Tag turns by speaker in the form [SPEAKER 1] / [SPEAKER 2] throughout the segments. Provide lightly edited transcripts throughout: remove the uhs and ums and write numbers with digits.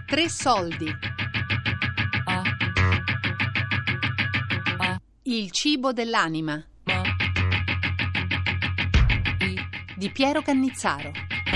[SPEAKER 1] Tre soldi. Il cibo dell'anima di Piero Cannizzaro.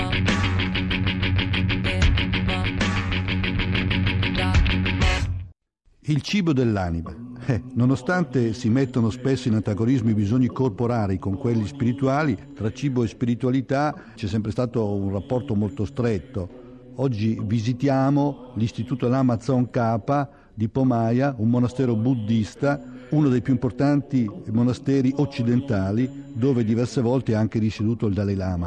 [SPEAKER 2] Il cibo dell'anima. Nonostante si mettono spesso in antagonismo i bisogni corporali con quelli spirituali, tra cibo e spiritualità c'è sempre stato un rapporto molto stretto. Oggi visitiamo l'Istituto Lamazon K di Pomaja, un monastero buddista, uno dei più importanti monasteri occidentali, dove diverse volte è anche risieduto il Dalai Lama.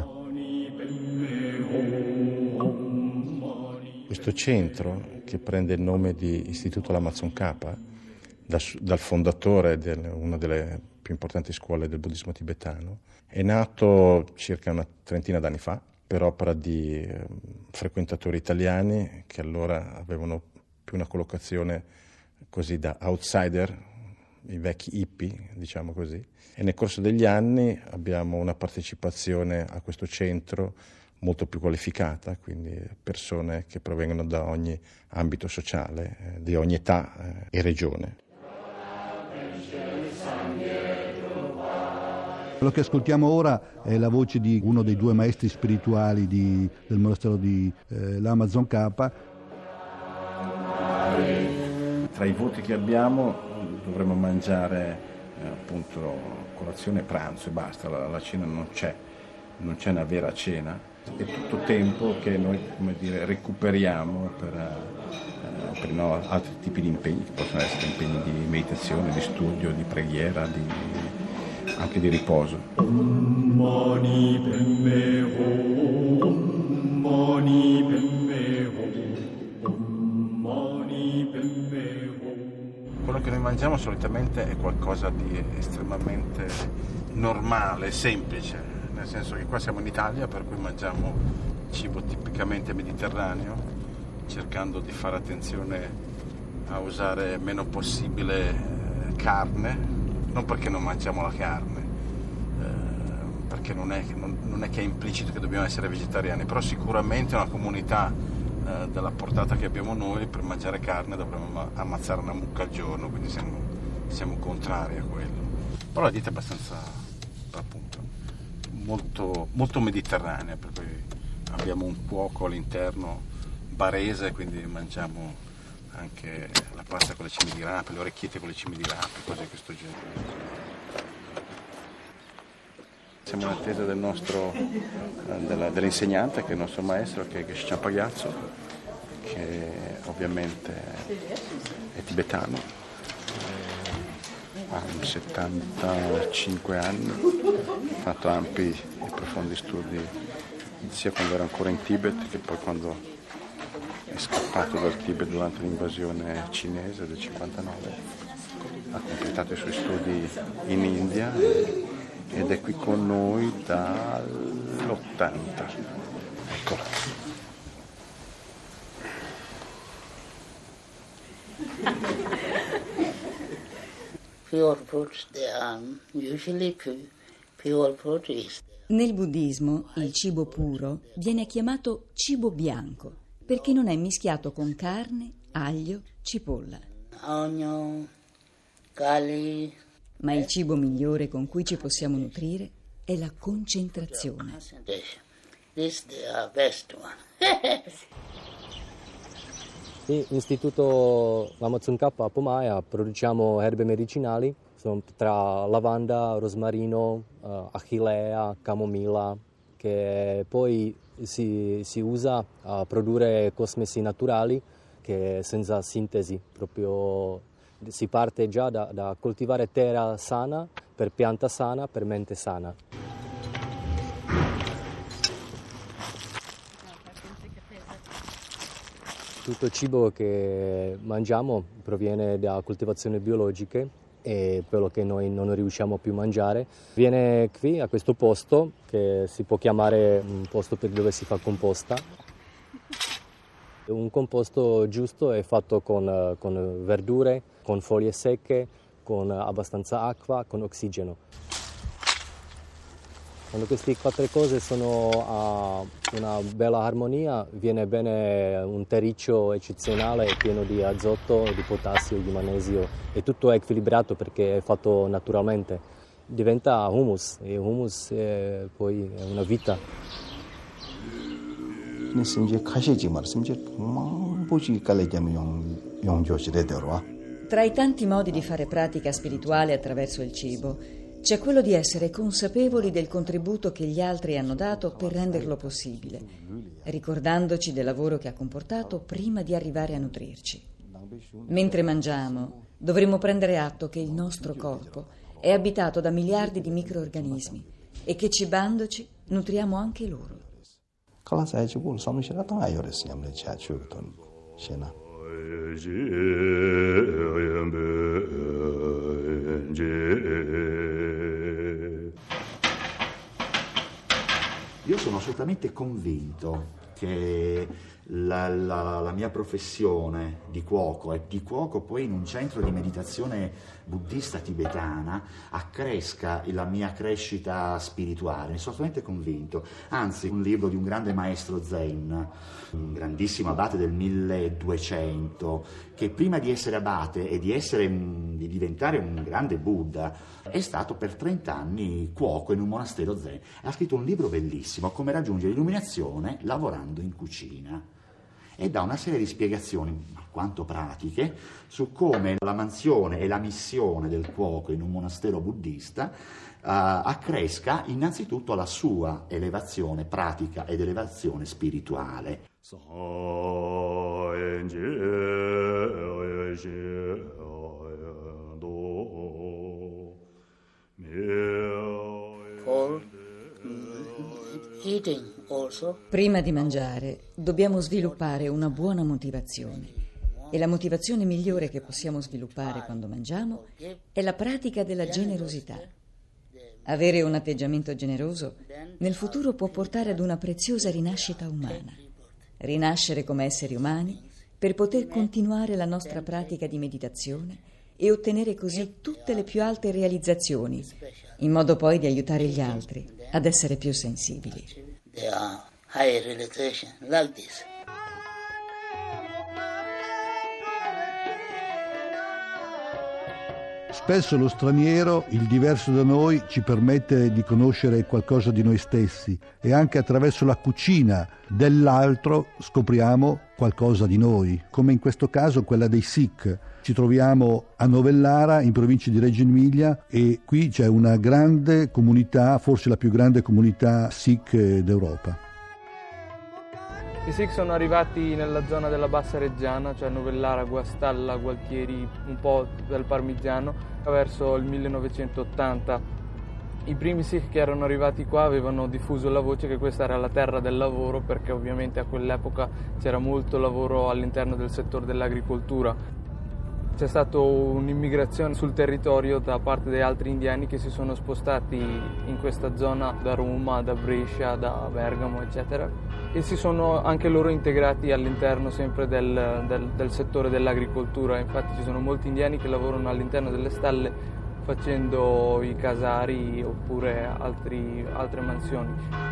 [SPEAKER 3] Questo centro, che prende il nome di Istituto Lamazon K, dal fondatore di una delle più importanti scuole del buddismo tibetano, è nato circa una trentina d'anni fa per opera di frequentatori italiani che allora avevano più una collocazione così da outsider, i vecchi hippie, diciamo così. E nel corso degli anni abbiamo una partecipazione a questo centro molto più qualificata, quindi persone che provengono da ogni ambito sociale, di ogni età e regione.
[SPEAKER 2] Quello che ascoltiamo ora è la voce di uno dei due maestri spirituali del monastero di Lamazon K.
[SPEAKER 3] Tra i voti che abbiamo dovremmo mangiare appunto colazione e pranzo e basta, la cena non c'è una vera cena, è tutto tempo che noi, recuperiamo per altri tipi di impegni, che possono essere impegni di meditazione, di studio, di preghiera, anche di riposo. Quello che noi mangiamo solitamente è qualcosa di estremamente normale, semplice, nel senso che qua siamo in Italia, per cui mangiamo cibo tipicamente mediterraneo, cercando di fare attenzione a usare meno possibile carne, non perché non mangiamo la carne, perché non è che è implicito che dobbiamo essere vegetariani, però sicuramente una comunità della portata che abbiamo noi, per mangiare carne dovremmo ammazzare una mucca al giorno, quindi siamo contrari a quello. Però la dieta è abbastanza, appunto, molto, molto mediterranea, per cui abbiamo un cuoco all'interno barese, quindi mangiamo anche la pasta con le cime di rape, le orecchiette con le cime di rape, cose di questo genere. Siamo in attesa dell'insegnante, che è il nostro maestro, che è Geshe Pagazzo, che ovviamente è tibetano, ha 75 anni, ha fatto ampi e profondi studi sia quando era ancora in Tibet che poi quando è scappato dal Tibet durante l'invasione cinese del 59. Ha completato i suoi studi in India ed è qui con noi dall'80. Eccola.
[SPEAKER 4] Pure fruits, they are usually pure fruit is.
[SPEAKER 5] Nel buddismo il cibo puro viene chiamato cibo bianco perché non è mischiato con carne, aglio, cipolla.
[SPEAKER 4] Onion, garlic.
[SPEAKER 5] Ma il cibo migliore con cui ci possiamo nutrire è la concentrazione.
[SPEAKER 4] This is the best one.
[SPEAKER 6] L'Istituto Lamazon K a Pomaja produciamo erbe medicinali, sono tra lavanda, rosmarino, achillea, camomilla, che poi si usa a produrre cosmesi naturali che senza sintesi, proprio si parte già da coltivare terra sana, per pianta sana, per mente sana. Tutto il cibo che mangiamo proviene da coltivazioni biologiche e quello che noi non riusciamo più a mangiare viene qui, a questo posto, che si può chiamare un posto per dove si fa composta. Un composto giusto è fatto con verdure, con foglie secche, con abbastanza acqua, con ossigeno. Quando queste 4 cose sono a una bella armonia, viene bene un terriccio eccezionale pieno di azoto, di potassio, di magnesio, e tutto è equilibrato perché è fatto naturalmente. Diventa hummus, e hummus poi è una vita.
[SPEAKER 5] Tra i tanti modi di fare pratica spirituale attraverso il cibo, c'è quello di essere consapevoli del contributo che gli altri hanno dato per renderlo possibile, ricordandoci del lavoro che ha comportato prima di arrivare a nutrirci. Mentre mangiamo, dovremmo prendere atto che il nostro corpo è abitato da miliardi di microrganismi e che cibandoci nutriamo anche loro.
[SPEAKER 7] Io sono assolutamente convinto che la mia professione di cuoco e di cuoco poi in un centro di meditazione buddista tibetana accresca la mia crescita spirituale, ne sono assolutamente convinto. Anzi, un libro di un grande maestro Zen, un grandissimo abate del 1200, che prima di essere abate e di diventare un grande Buddha è stato per 30 anni cuoco in un monastero Zen. Ha scritto un libro bellissimo, Come raggiungere l'illuminazione lavorando in cucina, e dà una serie di spiegazioni alquanto pratiche su come la mansione e la missione del cuoco in un monastero buddista accresca innanzitutto la sua elevazione pratica ed elevazione spirituale.
[SPEAKER 5] Prima di mangiare dobbiamo sviluppare una buona motivazione, e la motivazione migliore che possiamo sviluppare quando mangiamo è la pratica della generosità. Avere un atteggiamento generoso nel futuro può portare ad una preziosa rinascita umana. Rinascere come esseri umani per poter continuare la nostra pratica di meditazione e ottenere così tutte le più alte realizzazioni, in modo poi di aiutare gli altri ad essere più sensibili.
[SPEAKER 4] There are high realization like this.
[SPEAKER 2] Spesso lo straniero, il diverso da noi, ci permette di conoscere qualcosa di noi stessi, e anche attraverso la cucina dell'altro scopriamo qualcosa di noi, come in questo caso quella dei Sikh. Ci troviamo a Novellara, in provincia di Reggio Emilia, e qui c'è una grande comunità, forse la più grande comunità Sikh d'Europa.
[SPEAKER 8] I Sikh sono arrivati nella zona della Bassa Reggiana, cioè Novellara, Guastalla, Gualtieri, un po' del Parmigiano, verso il 1980. I primi Sikh che erano arrivati qua avevano diffuso la voce che questa era la terra del lavoro, perché ovviamente a quell'epoca c'era molto lavoro all'interno del settore dell'agricoltura. C'è stata un'immigrazione sul territorio da parte di altri indiani che si sono spostati in questa zona da Roma, da Brescia, da Bergamo, eccetera, e si sono anche loro integrati all'interno sempre del settore dell'agricoltura. Infatti ci sono molti indiani che lavorano all'interno delle stalle facendo i casari oppure altre mansioni.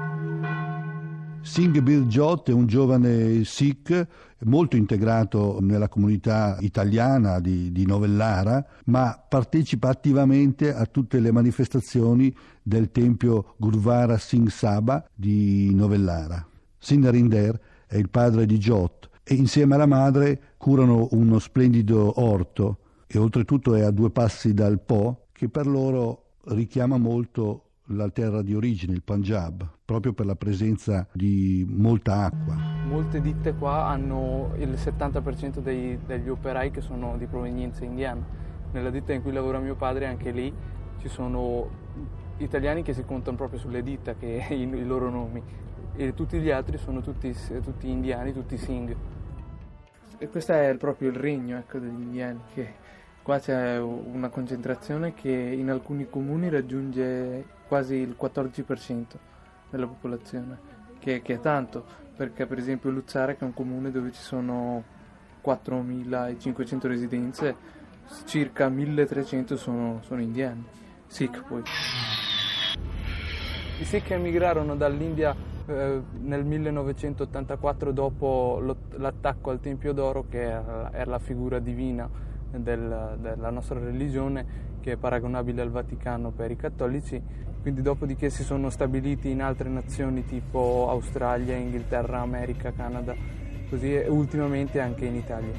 [SPEAKER 2] Singhbir Jot è un giovane Sikh molto integrato nella comunità italiana di Novellara, ma partecipa attivamente a tutte le manifestazioni del tempio Guruvara Singh Sabha di Novellara. Sindarinder è il padre di Jot e insieme alla madre curano uno splendido orto, e oltretutto è a 2 passi dal Po, che per loro richiama molto la terra di origine, il Punjab, proprio per la presenza di molta acqua.
[SPEAKER 8] Molte ditte qua hanno il 70% degli operai che sono di provenienza indiana. Nella ditta in cui lavora mio padre, anche lì ci sono italiani che si contano proprio sulle dita, che i loro nomi, e tutti gli altri sono tutti indiani, tutti Singh. E questo è proprio il regno, ecco, degli indiani, che qua c'è una concentrazione che in alcuni comuni raggiunge quasi il 14% della popolazione, che è tanto, perché per esempio Luzzara, che è un comune dove ci sono 4.500 residenze, circa 1.300 sono indiani, Sikh poi. I Sikh emigrarono dall'India nel 1984 dopo l'attacco al Tempio d'Oro, che era la figura divina della nostra religione, che è paragonabile al Vaticano per i cattolici. Quindi dopodiché si sono stabiliti in altre nazioni tipo Australia, Inghilterra, America, Canada, così, e ultimamente anche in Italia.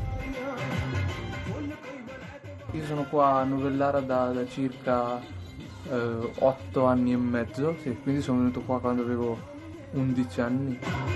[SPEAKER 8] Io sono qua a Novellara da circa 8 anni e mezzo, sì, quindi sono venuto qua quando avevo 11 anni.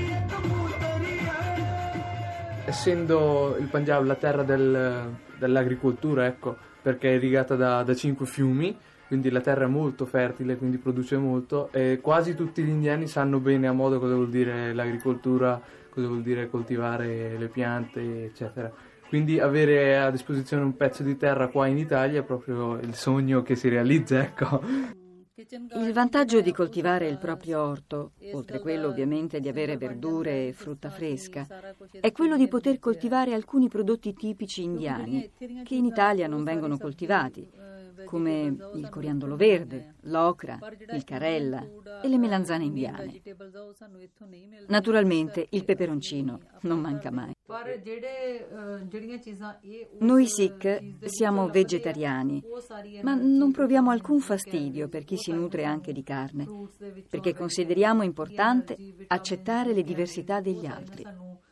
[SPEAKER 8] Essendo il Punjab la terra dell'agricoltura, ecco, perché è irrigata da 5 fiumi, quindi la terra è molto fertile, quindi produce molto, e quasi tutti gli indiani sanno bene a modo cosa vuol dire l'agricoltura, cosa vuol dire coltivare le piante, eccetera. Quindi avere a disposizione un pezzo di terra qua in Italia è proprio il sogno che si realizza, ecco.
[SPEAKER 5] Il vantaggio di coltivare il proprio orto, oltre quello ovviamente di avere verdure e frutta fresca, è quello di poter coltivare alcuni prodotti tipici indiani che in Italia non vengono coltivati, come il coriandolo verde, l'ocra, il carella e le melanzane indiane. Naturalmente il peperoncino non manca mai. Noi Sikh siamo vegetariani, ma non proviamo alcun fastidio per chi si nutre anche di carne, perché consideriamo importante accettare le diversità degli altri.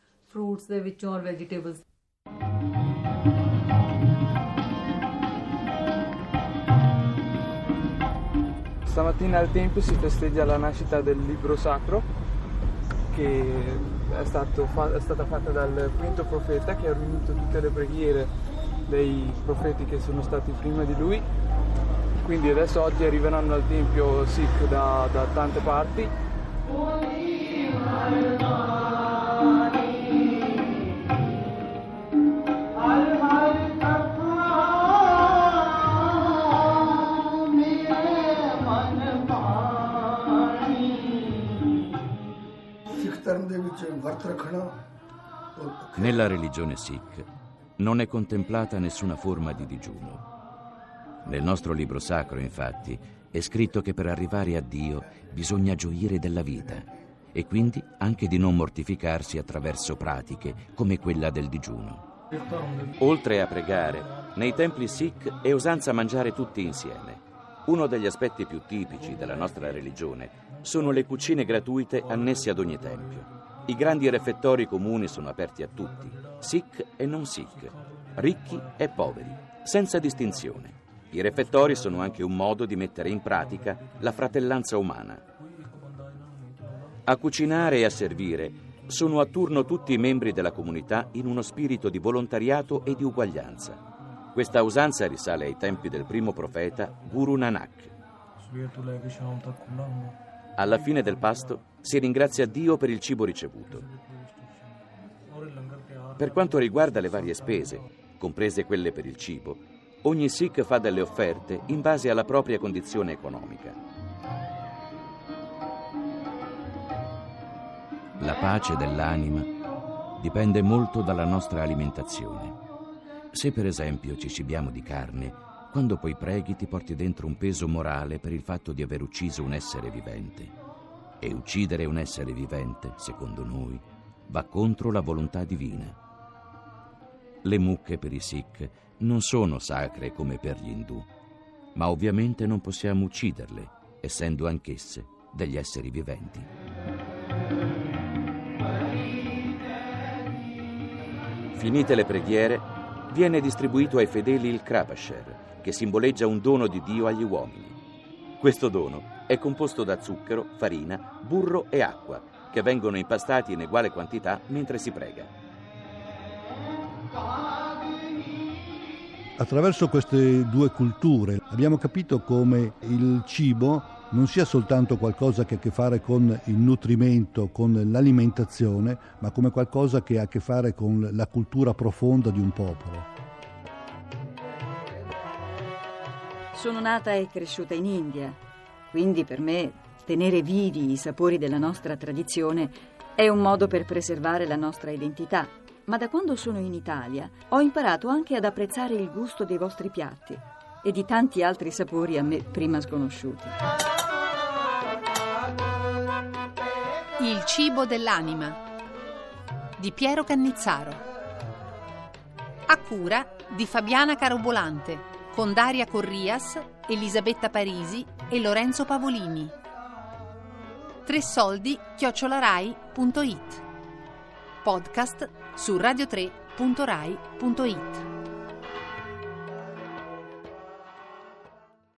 [SPEAKER 8] Stamattina al Tempio si festeggia la nascita del libro sacro, che è stata fatta dal quinto profeta, che ha riunito tutte le preghiere dei profeti che sono stati prima di lui. Quindi adesso oggi arriveranno al Tempio Sikh da tante parti.
[SPEAKER 9] Nella religione Sikh non è contemplata nessuna forma di digiuno. Nel nostro libro sacro, infatti, è scritto che per arrivare a Dio bisogna gioire della vita e quindi anche di non mortificarsi attraverso pratiche come quella del digiuno. Oltre a pregare, nei templi Sikh è usanza mangiare tutti insieme. Uno degli aspetti più tipici della nostra religione sono le cucine gratuite annesse ad ogni tempio. I grandi refettori comuni sono aperti a tutti, Sikh e non Sikh, ricchi e poveri, senza distinzione. I refettori sono anche un modo di mettere in pratica la fratellanza umana. A cucinare e a servire sono a turno tutti i membri della comunità in uno spirito di volontariato e di uguaglianza. Questa usanza risale ai tempi del primo profeta Guru Nanak. Alla fine del pasto si ringrazia Dio per il cibo ricevuto. Per quanto riguarda le varie spese, comprese quelle per il cibo, ogni Sikh fa delle offerte in base alla propria condizione economica. La pace dell'anima dipende molto dalla nostra alimentazione. Se per esempio ci cibiamo di carne, quando poi preghi ti porti dentro un peso morale per il fatto di aver ucciso un essere vivente. E uccidere un essere vivente, secondo noi, va contro la volontà divina. Le mucche per i Sikh non sono sacre come per gli indù, ma ovviamente non possiamo ucciderle, essendo anch'esse degli esseri viventi. Finite le preghiere, viene distribuito ai fedeli il krapasher, che simboleggia un dono di Dio agli uomini. Questo dono è composto da zucchero, farina, burro e acqua, che vengono impastati in uguale quantità mentre si prega.
[SPEAKER 2] Attraverso queste due culture abbiamo capito come il cibo non sia soltanto qualcosa che ha a che fare con il nutrimento, con l'alimentazione, ma come qualcosa che ha a che fare con la cultura profonda di un popolo.
[SPEAKER 5] Sono nata e cresciuta in India, quindi per me tenere vivi i sapori della nostra tradizione è un modo per preservare la nostra identità. Ma da quando sono in Italia ho imparato anche ad apprezzare il gusto dei vostri piatti e di tanti altri sapori a me prima sconosciuti.
[SPEAKER 1] Il cibo dell'anima di Piero Cannizzaro, a cura di Fabiana Carobolante, con Daria Corrias, Elisabetta Parisi e Lorenzo Pavolini. 3soldi@rai.it. Podcast su radio3.rai.it.